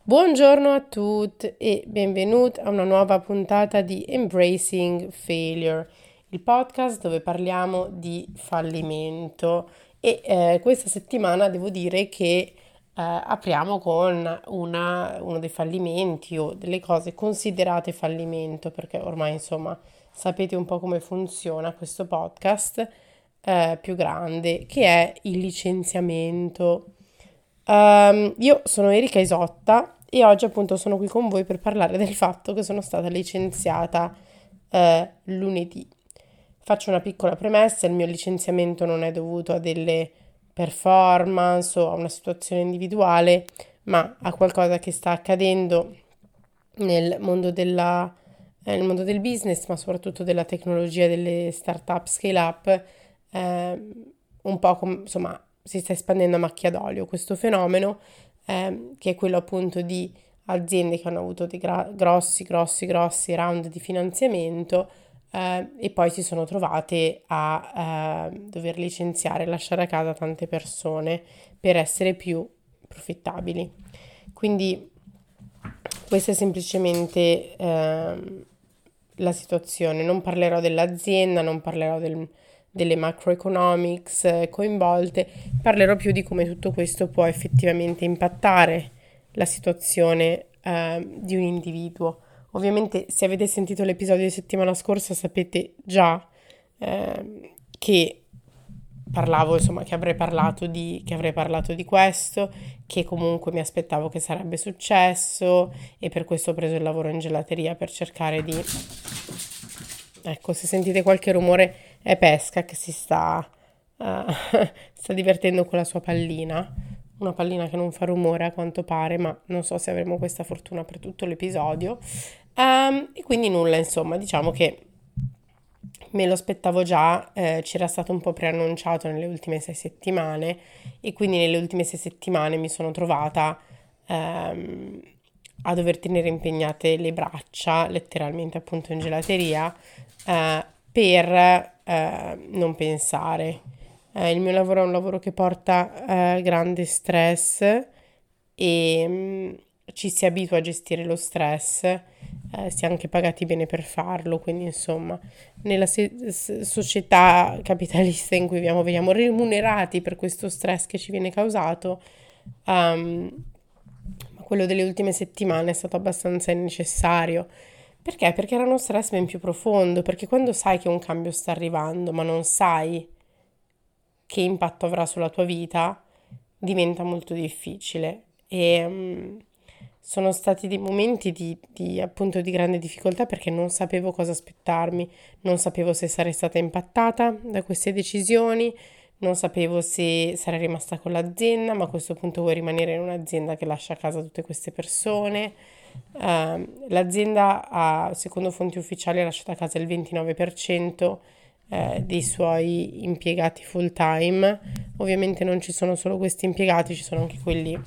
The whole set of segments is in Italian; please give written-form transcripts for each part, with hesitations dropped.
Buongiorno a tutti e benvenuti a una nuova puntata di Embracing Failure, il podcast dove parliamo di fallimento e questa settimana devo dire che apriamo con uno dei fallimenti o delle cose considerate fallimento, perché ormai insomma sapete un po' come funziona questo podcast più grande, che è il licenziamento. Io sono Erika Isotta e oggi appunto sono qui con voi per parlare del fatto che sono stata licenziata lunedì. Faccio una piccola premessa: il mio licenziamento non è dovuto a delle performance o a una situazione individuale, ma a qualcosa che sta accadendo nel mondo nel mondo del business, ma soprattutto della tecnologia, delle startup scale up, un po' insomma si sta espandendo a macchia d'olio questo fenomeno, che è quello appunto di aziende che hanno avuto dei grossi round di finanziamento e poi si sono trovate a dover licenziare, lasciare a casa tante persone per essere più profittabili. Quindi questa è semplicemente la situazione. Non parlerò dell'azienda, non parlerò delle macroeconomics coinvolte, parlerò più di come tutto questo può effettivamente impattare la situazione di un individuo. Ovviamente, se avete sentito l'episodio di settimana scorsa, sapete già che parlavo, insomma, che avrei parlato di questo, che comunque mi aspettavo che sarebbe successo e per questo ho preso il lavoro in gelateria per cercare di... Ecco, se sentite qualche rumore è Pesca che sta divertendo con la sua pallina, una pallina che non fa rumore a quanto pare, ma non so se avremo questa fortuna per tutto l'episodio. E quindi nulla, insomma, diciamo che me lo aspettavo già, c'era stato un po' preannunciato nelle ultime 6 settimane e quindi nelle ultime 6 settimane mi sono trovata a dover tenere impegnate le braccia, letteralmente appunto in gelateria, per non pensare. Il mio lavoro è un lavoro che porta grande stress e ci si abitua a gestire lo stress, si è anche pagati bene per farlo, quindi insomma nella società capitalista in cui viviamo veniamo remunerati per questo stress che ci viene causato, ma quello delle ultime settimane è stato abbastanza necessario. Perché? Perché era uno stress ben più profondo, perché quando sai che un cambio sta arrivando, ma non sai che impatto avrà sulla tua vita, diventa molto difficile. E sono stati dei momenti appunto di grande difficoltà perché non sapevo cosa aspettarmi, non sapevo se sarei stata impattata da queste decisioni, non sapevo se sarei rimasta con l'azienda, ma a questo punto vuoi rimanere in un'azienda che lascia a casa tutte queste persone. L'azienda ha, secondo fonti ufficiali, ha lasciato a casa il 29% dei suoi impiegati full time. Ovviamente non ci sono solo questi impiegati, ci sono anche quelli,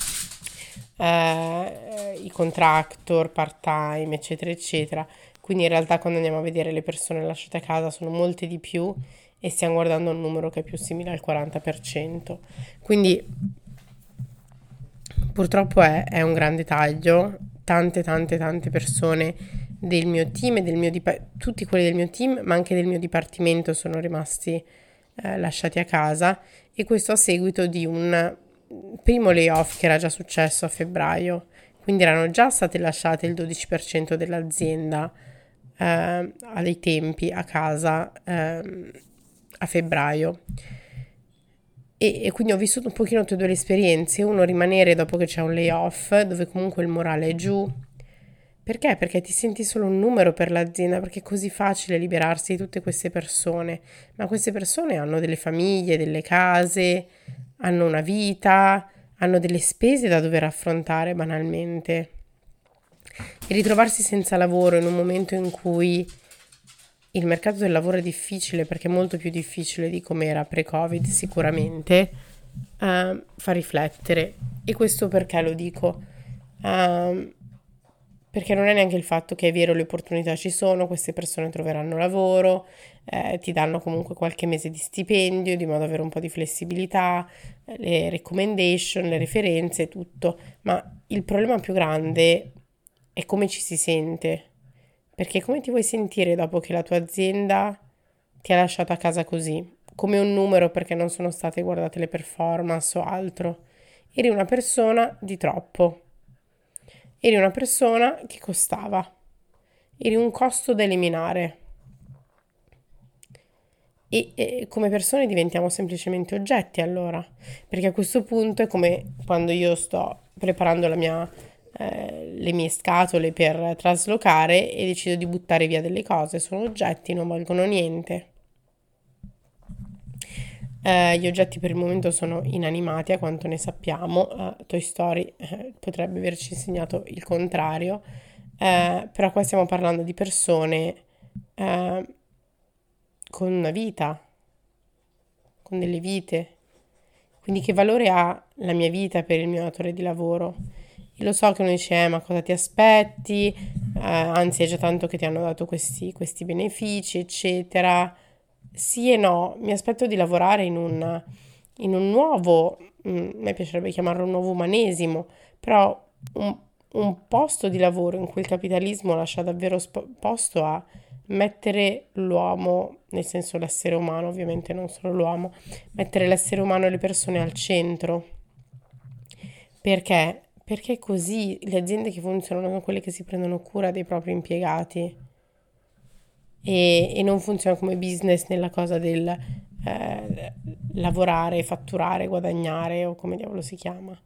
i contractor, part time, eccetera, eccetera. Quindi in realtà quando andiamo a vedere le persone lasciate a casa sono molte di più e stiamo guardando un numero che è più simile al 40%. Quindi purtroppo è un grande taglio, tante persone del mio team e tutti quelli del mio team, ma anche del mio dipartimento sono rimasti lasciati a casa e questo a seguito di un primo layoff che era già successo a febbraio, quindi erano già state lasciate il 12% dell'azienda a dei tempi a casa a febbraio. E quindi ho vissuto un pochino tutte e due le esperienze, uno rimanere dopo che c'è un layoff, dove comunque il morale è giù. Perché? Perché ti senti solo un numero per l'azienda, perché è così facile liberarsi di tutte queste persone, ma queste persone hanno delle famiglie, delle case, hanno una vita, hanno delle spese da dover affrontare banalmente. E ritrovarsi senza lavoro in un momento in cui il mercato del lavoro è difficile, perché è molto più difficile di come era pre-Covid sicuramente, fa riflettere. E questo perché lo dico? perché non è neanche il fatto che è vero le opportunità ci sono, queste persone troveranno lavoro, ti danno comunque qualche mese di stipendio, di modo da avere un po' di flessibilità, le recommendation, le referenze, tutto, ma il problema più grande è come ci si sente, perché come ti vuoi sentire dopo che la tua azienda ti ha lasciato a casa così, come un numero perché non sono state guardate le performance o altro. Eri una persona di troppo. Eri una persona che costava. Eri un costo da eliminare. E come persone diventiamo semplicemente oggetti allora. Perché a questo punto è come quando io sto preparando le mie scatole per traslocare e decido di buttare via delle cose. Sono oggetti, non valgono niente. Gli oggetti per il momento sono inanimati, a quanto ne sappiamo. Toy Story potrebbe averci insegnato il contrario, però qua stiamo parlando di persone eh, con una vita, con delle vite. Quindi che valore ha la mia vita per il mio datore di lavoro? E lo so che uno dice, ma cosa ti aspetti? Anzi, è già tanto che ti hanno dato questi benefici, eccetera. Sì e no, mi aspetto di lavorare in un nuovo, a me piacerebbe chiamarlo un nuovo umanesimo, però un posto di lavoro in cui il capitalismo lascia davvero posto a mettere l'uomo, nel senso l'essere umano, ovviamente non solo l'uomo, mettere l'essere umano e le persone al centro. Perché? Perché così le aziende che funzionano sono quelle che si prendono cura dei propri impiegati e non funziona come business nella cosa del lavorare, fatturare, guadagnare o come diavolo si chiama.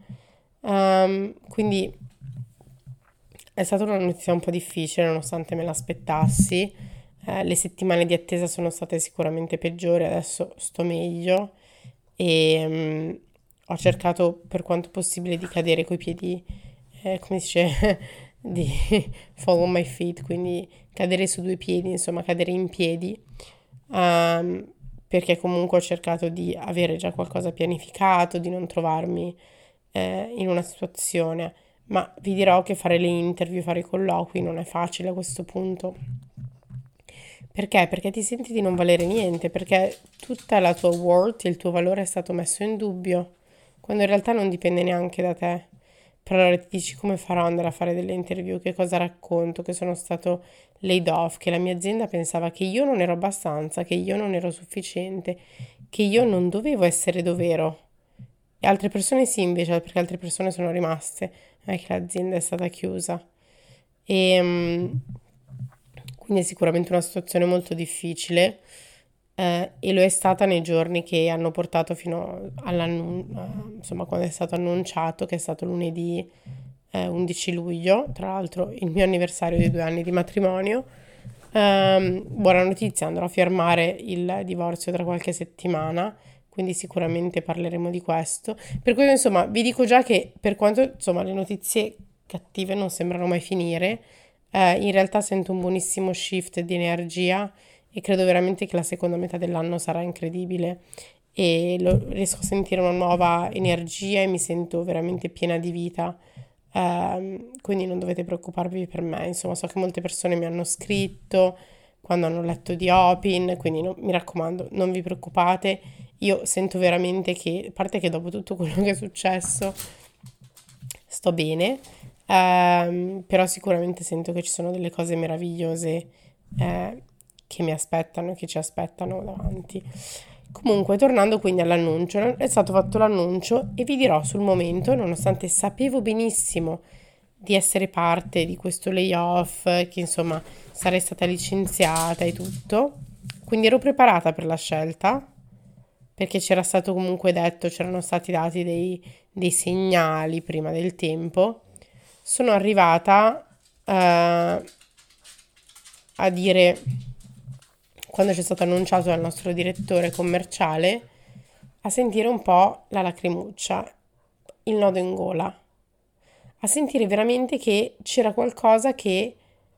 Quindi è stata una notizia un po' difficile nonostante me l'aspettassi. Le settimane di attesa sono state sicuramente peggiori, adesso sto meglio e ho cercato per quanto possibile di cadere coi piedi, come si dice, di fall on my feet, quindi cadere su due piedi, insomma cadere in piedi, ehm, perché comunque ho cercato di avere già qualcosa pianificato, di non trovarmi in una situazione, ma vi dirò che fare le interview, fare i colloqui non è facile a questo punto. Perché? Perché ti senti di non valere niente, perché tutta la tua worth, il tuo valore è stato messo in dubbio, quando in realtà non dipende neanche da te. Però allora ti dici come farò ad andare a fare delle interview, che cosa racconto, che sono stato laid off, che la mia azienda pensava che io non ero abbastanza, che io non ero sufficiente, che io non dovevo essere dov'ero. E altre persone sì, invece, perché altre persone sono rimaste, non è che l'azienda è stata chiusa. E quindi è sicuramente una situazione molto difficile e lo è stata nei giorni che hanno portato fino insomma, quando è stato annunciato, che è stato lunedì 11 luglio, tra l'altro il mio anniversario di 2 anni di matrimonio. Buona notizia, andrò a firmare il divorzio tra qualche settimana, quindi sicuramente parleremo di questo. Per cui, insomma, vi dico già che per quanto, insomma, le notizie cattive non sembrano mai finire, in realtà sento un buonissimo shift di energia e credo veramente che la seconda metà dell'anno sarà incredibile e riesco a sentire una nuova energia e mi sento veramente piena di vita. Quindi non dovete preoccuparvi per me, insomma, so che molte persone mi hanno scritto quando hanno letto di Opin, quindi mi raccomando, non vi preoccupate, io sento veramente che, a parte che dopo tutto quello che è successo, sto bene, però sicuramente sento che ci sono delle cose meravigliose che mi aspettano e che ci aspettano davanti. Comunque, tornando quindi all'annuncio, è stato fatto l'annuncio e vi dirò sul momento, nonostante sapevo benissimo di essere parte di questo layoff, che insomma sarei stata licenziata e tutto, quindi ero preparata per la scelta, perché c'era stato comunque detto, c'erano stati dati dei segnali prima del tempo. Sono arrivata a dire, quando c'è stato annunciato dal nostro direttore commerciale, a sentire un po' la lacrimuccia, il nodo in gola, a sentire veramente che c'era qualcosa che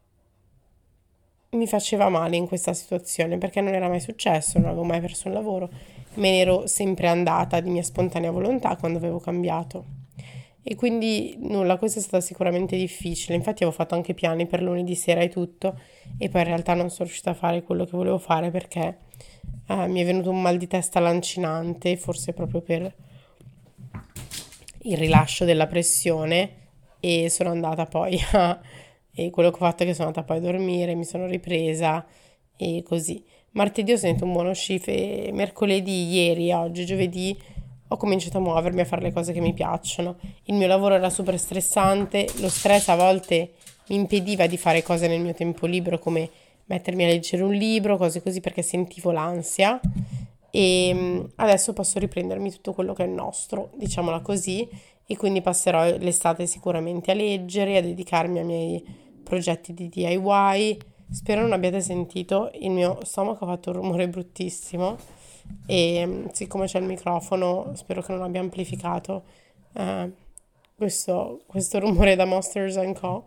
mi faceva male in questa situazione, perché non era mai successo, non avevo mai perso un lavoro, me ne ero sempre andata di mia spontanea volontà quando avevo cambiato. E quindi nulla, questa è stata sicuramente difficile. Infatti avevo fatto anche piani per lunedì sera e tutto, e poi in realtà non sono riuscita a fare quello che volevo fare perché mi è venuto un mal di testa lancinante, forse proprio per il rilascio della pressione, e sono andata poi a... e quello che ho fatto è che sono andata poi a dormire, mi sono ripresa e così. Martedì ho sentito un buono shift e mercoledì, ieri, oggi, giovedì ho cominciato a muovermi, a fare le cose che mi piacciono. Il mio lavoro era super stressante, lo stress a volte mi impediva di fare cose nel mio tempo libero, come mettermi a leggere un libro, cose così, perché sentivo l'ansia. E adesso posso riprendermi tutto quello che è nostro, diciamola così, e quindi passerò l'estate sicuramente a leggere, a dedicarmi ai miei progetti di DIY. Spero non abbiate sentito, il mio stomaco ha fatto un rumore bruttissimo e siccome c'è il microfono spero che non abbia amplificato eh, questo rumore da Monsters Co.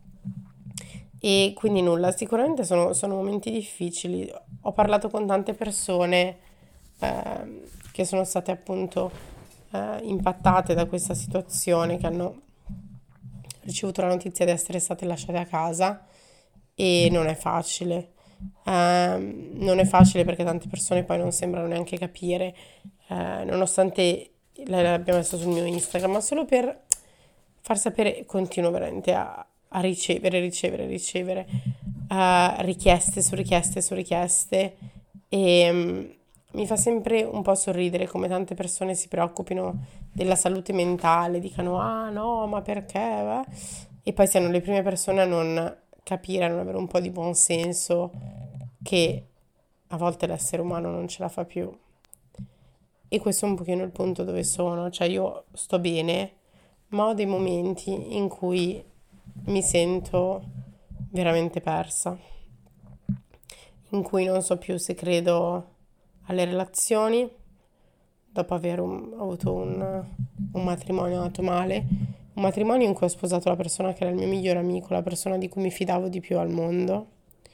E quindi nulla, sicuramente sono momenti difficili. Ho parlato con tante persone che sono state appunto impattate da questa situazione, che hanno ricevuto la notizia di essere state lasciate a casa, e non è facile. Non è facile perché tante persone poi non sembrano neanche capire, nonostante l'abbiamo messo sul mio Instagram, ma solo per far sapere, continuo veramente a ricevere richieste su richieste su richieste, e mi fa sempre un po' sorridere come tante persone si preoccupino della salute mentale, dicano ah no, ma perché? E poi siano le prime persone a non capire, a non avere un po' di buon senso, che a volte l'essere umano non ce la fa più. E questo è un pochino il punto dove sono, cioè io sto bene, ma ho dei momenti in cui mi sento veramente persa, in cui non so più se credo alle relazioni, dopo aver avuto un matrimonio nato male, un matrimonio in cui ho sposato la persona che era il mio migliore amico, la persona di cui mi fidavo di più al mondo,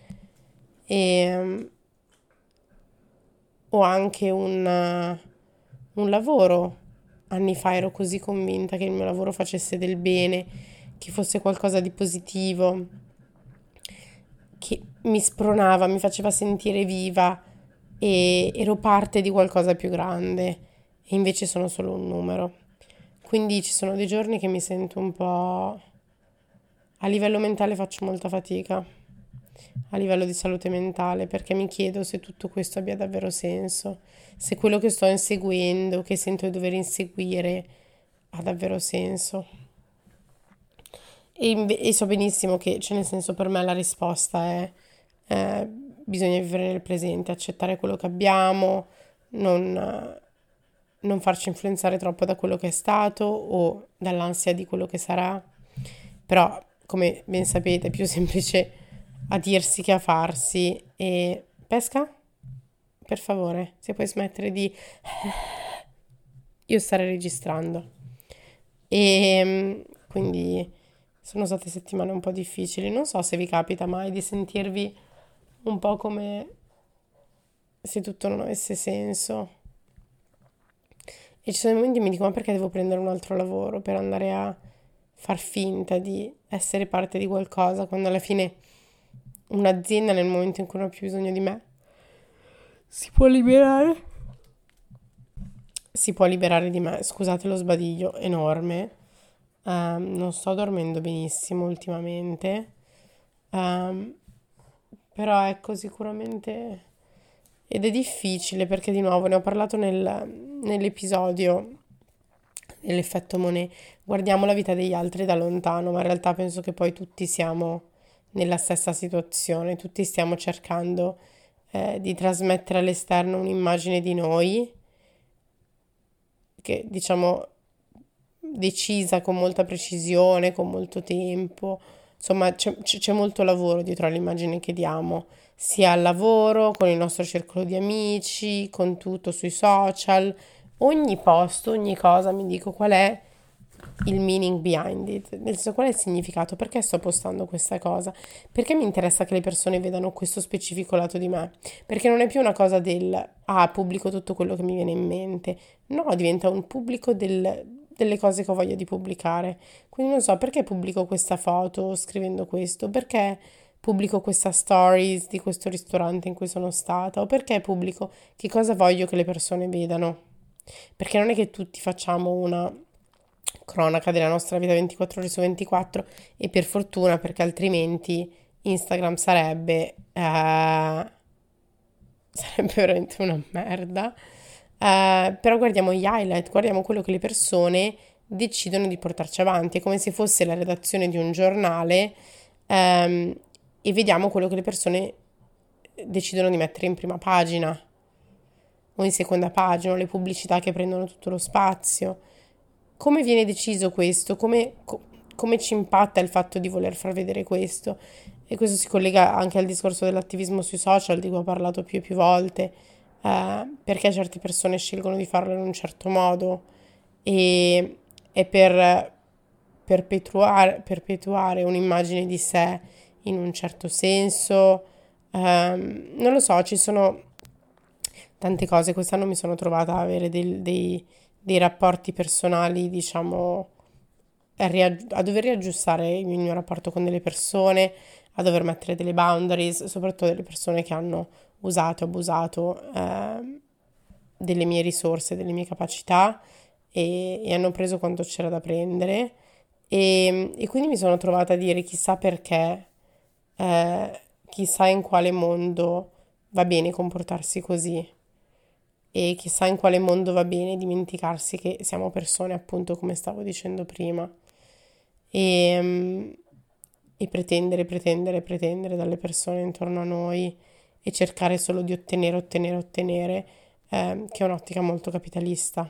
e ho anche un lavoro. Anni fa ero così convinta che il mio lavoro facesse del bene, che fosse qualcosa di positivo, che mi spronava, mi faceva sentire viva e ero parte di qualcosa più grande, e invece sono solo un numero. Quindi ci sono dei giorni che mi sento un po'... A livello mentale faccio molta fatica, a livello di salute mentale, perché mi chiedo se tutto questo abbia davvero senso, se quello che sto inseguendo, che sento di dover inseguire, ha davvero senso. E so benissimo che, cioè nel senso, per me la risposta è eh, bisogna vivere nel presente, accettare quello che abbiamo, non farci influenzare troppo da quello che è stato o dall'ansia di quello che sarà. Però, come ben sapete, è più semplice a dirsi che a farsi. E pesca? Per favore, se puoi smettere di... Io starei registrando. E quindi sono state settimane un po' difficili. Non so se vi capita mai di sentirvi un po' come se tutto non avesse senso. E ci sono momenti in cui mi dico, ma perché devo prendere un altro lavoro per andare a far finta di essere parte di qualcosa, quando alla fine un'azienda nel momento in cui non ha più bisogno di me si può liberare. Si può liberare di me. Scusate lo sbadiglio enorme. Non sto dormendo benissimo ultimamente. Ehm, Però ecco, sicuramente... Ed è difficile perché di nuovo ne ho parlato nell'episodio dell'effetto Monet. Guardiamo la vita degli altri da lontano, ma in realtà penso che poi tutti siamo nella stessa situazione, tutti stiamo cercando di trasmettere all'esterno un'immagine di noi che diciamo decisa con molta precisione, con molto tempo. Insomma, c'è molto lavoro dietro all'immagine che diamo, sia al lavoro, con il nostro circolo di amici, con tutto sui social. Ogni post, ogni cosa mi dico qual è il meaning behind it, nel senso qual è il significato, perché sto postando questa cosa, perché mi interessa che le persone vedano questo specifico lato di me, perché non è più una cosa del ah, pubblico tutto quello che mi viene in mente, no, diventa un pubblico delle cose che ho voglia di pubblicare. Quindi non so perché pubblico questa foto scrivendo questo, perché pubblico questa stories di questo ristorante in cui sono stata, o perché pubblico che cosa voglio che le persone vedano. Perché non è che tutti facciamo una cronaca della nostra vita 24 ore su 24 e per fortuna perché altrimenti Instagram sarebbe veramente una merda. Però guardiamo gli highlight, guardiamo quello che le persone decidono di portarci avanti, è come se fosse la redazione di un giornale, e vediamo quello che le persone decidono di mettere in prima pagina o in seconda pagina, o le pubblicità che prendono tutto lo spazio. Come viene deciso questo? Come ci impatta il fatto di voler far vedere questo? E questo si collega anche al discorso dell'attivismo sui social, di cui ho parlato più e più volte, perché certe persone scelgono di farlo in un certo modo e per perpetuare un'immagine di sé in un certo senso. Non lo so, ci sono tante cose. Quest'anno mi sono trovata a avere dei rapporti personali, diciamo, a dover riaggiustare il mio rapporto con delle persone, a dover mettere delle boundaries, soprattutto delle persone che hanno usato e abusato delle mie risorse, delle mie capacità e hanno preso quanto c'era da prendere. E quindi mi sono trovata a dire chissà perché, chissà in quale mondo va bene comportarsi così e chissà in quale mondo va bene dimenticarsi che siamo persone, appunto, come stavo dicendo prima, e, e pretendere dalle persone intorno a noi e cercare solo di ottenere, ottenere, ottenere, che è un'ottica molto capitalista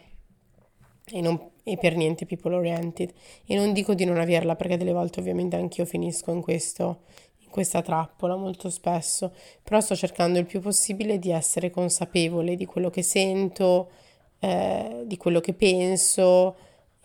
e per niente people oriented. E non dico di non averla, perché delle volte ovviamente anch'io finisco in questa trappola molto spesso, però sto cercando il più possibile di essere consapevole di quello che sento, di quello che penso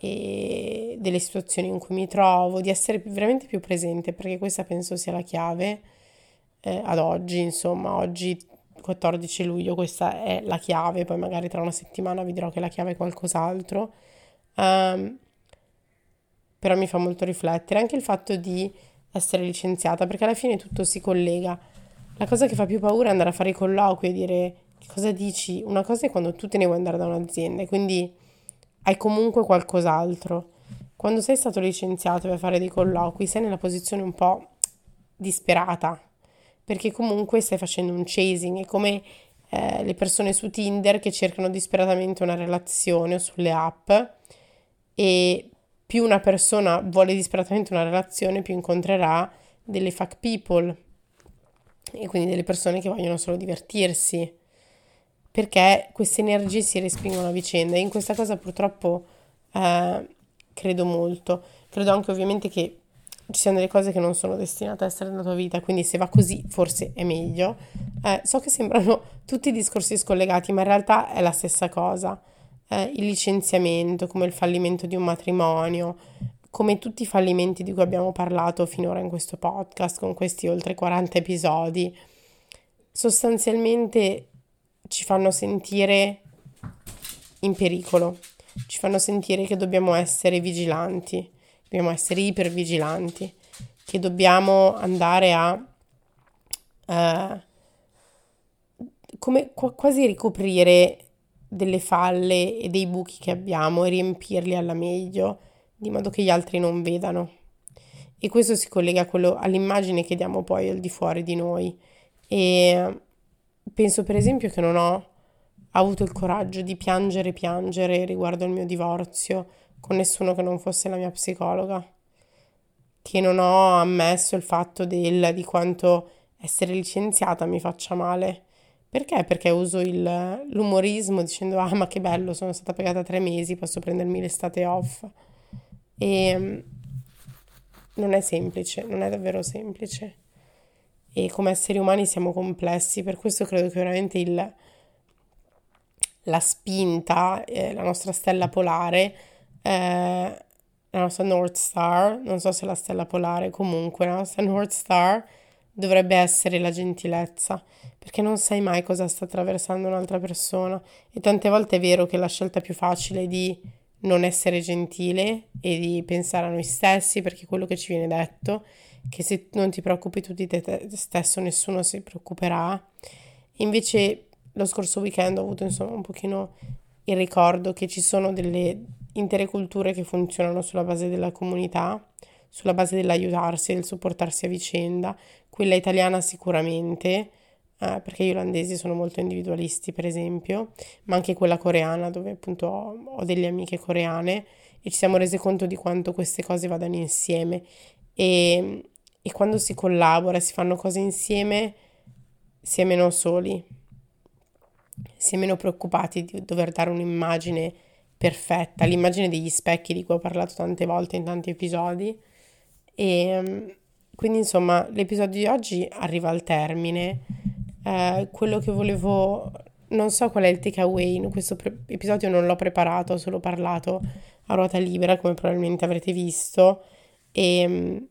e delle situazioni in cui mi trovo, di essere veramente più presente, perché questa penso sia la chiave, ad oggi, insomma, oggi 14 luglio questa è la chiave, poi magari tra una settimana vi dirò che la chiave è qualcos'altro. Ehm, Però mi fa molto riflettere anche il fatto di essere licenziata, perché alla fine tutto si collega. La cosa che fa più paura è andare a fare i colloqui e dire che cosa dici. Una cosa è quando tu te ne vuoi andare da un'azienda e quindi hai comunque qualcos'altro. Quando sei stato licenziato e vai a fare dei colloqui, sei nella posizione un po' disperata, perché comunque stai facendo un chasing, è come le persone su Tinder che cercano disperatamente una relazione o sulle app e più una persona vuole disperatamente una relazione, più incontrerà delle fuck people e quindi delle persone che vogliono solo divertirsi, perché queste energie si respingono a vicenda e in questa cosa purtroppo eh, credo molto. Credo anche ovviamente che ci siano delle cose che non sono destinate a essere nella tua vita, quindi se va così forse è meglio. So che sembrano tutti discorsi scollegati, ma in realtà è la stessa cosa. Il licenziamento, come il fallimento di un matrimonio, come tutti i fallimenti di cui abbiamo parlato finora in questo podcast, con questi oltre 40 episodi, sostanzialmente ci fanno sentire in pericolo, ci fanno sentire che dobbiamo essere vigilanti, dobbiamo essere ipervigilanti, che dobbiamo andare a quasi ricoprire delle falle e dei buchi che abbiamo e riempirli alla meglio, di modo che gli altri non vedano. E questo si collega a all'immagine che diamo poi al di fuori di noi. E penso per esempio che non ho avuto il coraggio di piangere riguardo al mio divorzio con nessuno che non fosse la mia psicologa, che non ho ammesso il fatto di quanto essere licenziata mi faccia male. Perché? Perché uso l'umorismo dicendo, ah, ma che bello, sono stata pagata 3 mesi, posso prendermi l'estate off. E non è semplice, non è davvero semplice. E come esseri umani siamo complessi, per questo credo che veramente la spinta, la nostra stella polare, la nostra North Star, non so se è la stella polare, comunque la nostra North Star dovrebbe essere la gentilezza, perché non sai mai cosa sta attraversando un'altra persona e tante volte è vero che la scelta più facile è di non essere gentile e di pensare a noi stessi, perché quello che ci viene detto, che se non ti preoccupi tu di te stesso, nessuno si preoccuperà. Invece lo scorso weekend ho avuto insomma un pochino il ricordo che ci sono delle intere culture che funzionano sulla base della comunità, sulla base dell'aiutarsi e del supportarsi a vicenda. Quella italiana sicuramente, perché gli olandesi sono molto individualisti, per esempio, ma anche quella coreana, dove appunto ho delle amiche coreane e ci siamo resi conto di quanto queste cose vadano insieme e quando si collabora, si fanno cose insieme, si è meno soli, si è meno preoccupati di dover dare un'immagine perfetta, l'immagine degli specchi di cui ho parlato tante volte in tanti episodi. E quindi insomma l'episodio di oggi arriva al termine. Quello che volevo, non so qual è il takeaway, in questo episodio non l'ho preparato, ho solo parlato a ruota libera, come probabilmente avrete visto. E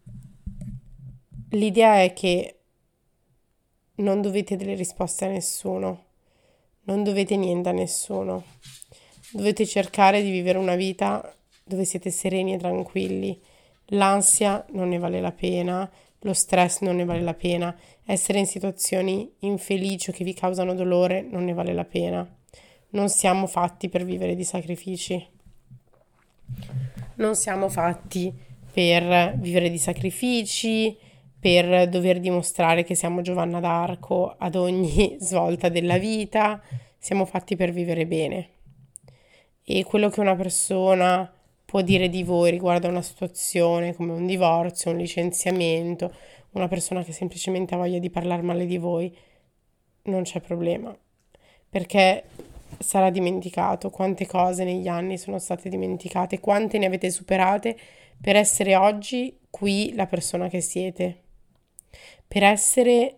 l'idea è che non dovete delle risposte a nessuno, non dovete niente a nessuno. Dovete cercare di vivere una vita dove siete sereni e tranquilli. L'ansia non ne vale la pena, lo stress non ne vale la pena, essere in situazioni infelici o che vi causano dolore non ne vale la pena. Non siamo fatti per vivere di sacrifici. Non siamo fatti per vivere di sacrifici, per dover dimostrare che siamo Giovanna d'Arco ad ogni svolta della vita. Siamo fatti per vivere bene. E quello che una persona può dire di voi riguardo a una situazione come un divorzio, un licenziamento, una persona che semplicemente ha voglia di parlare male di voi, non c'è problema, perché sarà dimenticato. Quante cose negli anni sono state dimenticate, quante ne avete superate per essere oggi qui la persona che siete, per essere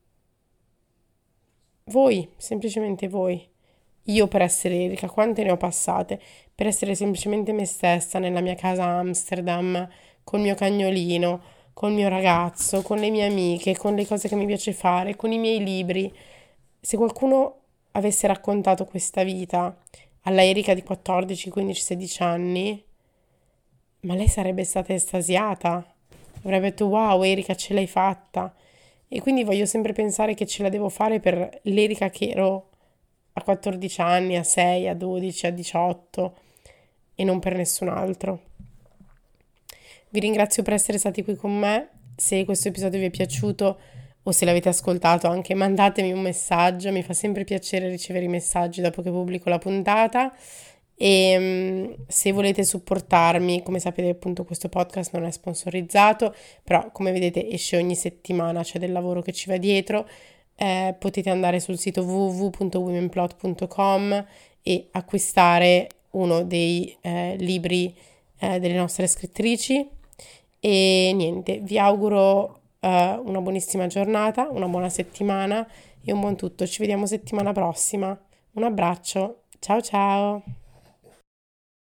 voi, semplicemente voi. Io per essere Erika, quante ne ho passate? Per essere semplicemente me stessa nella mia casa a Amsterdam, col mio cagnolino, col mio ragazzo, con le mie amiche, con le cose che mi piace fare, con i miei libri. Se qualcuno avesse raccontato questa vita alla Erika di 14, 15, 16 anni, ma lei sarebbe stata estasiata. Avrebbe detto: wow, Erika, ce l'hai fatta. E quindi voglio sempre pensare che ce la devo fare per l'Erika che ero a 14 anni, a 6, a 12, a 18 e non per nessun altro. Vi ringrazio per essere stati qui con me. Se questo episodio vi è piaciuto o se l'avete ascoltato anche, mandatemi un messaggio, mi fa sempre piacere ricevere i messaggi dopo che pubblico la puntata. E se volete supportarmi, come sapete appunto questo podcast non è sponsorizzato, però come vedete esce ogni settimana, c'è del lavoro che ci va dietro. Potete andare sul sito www.womenplot.com e acquistare uno dei libri delle nostre scrittrici. E niente, vi auguro una buonissima giornata, una buona settimana e un buon tutto. Ci vediamo settimana prossima. Un abbraccio, ciao ciao!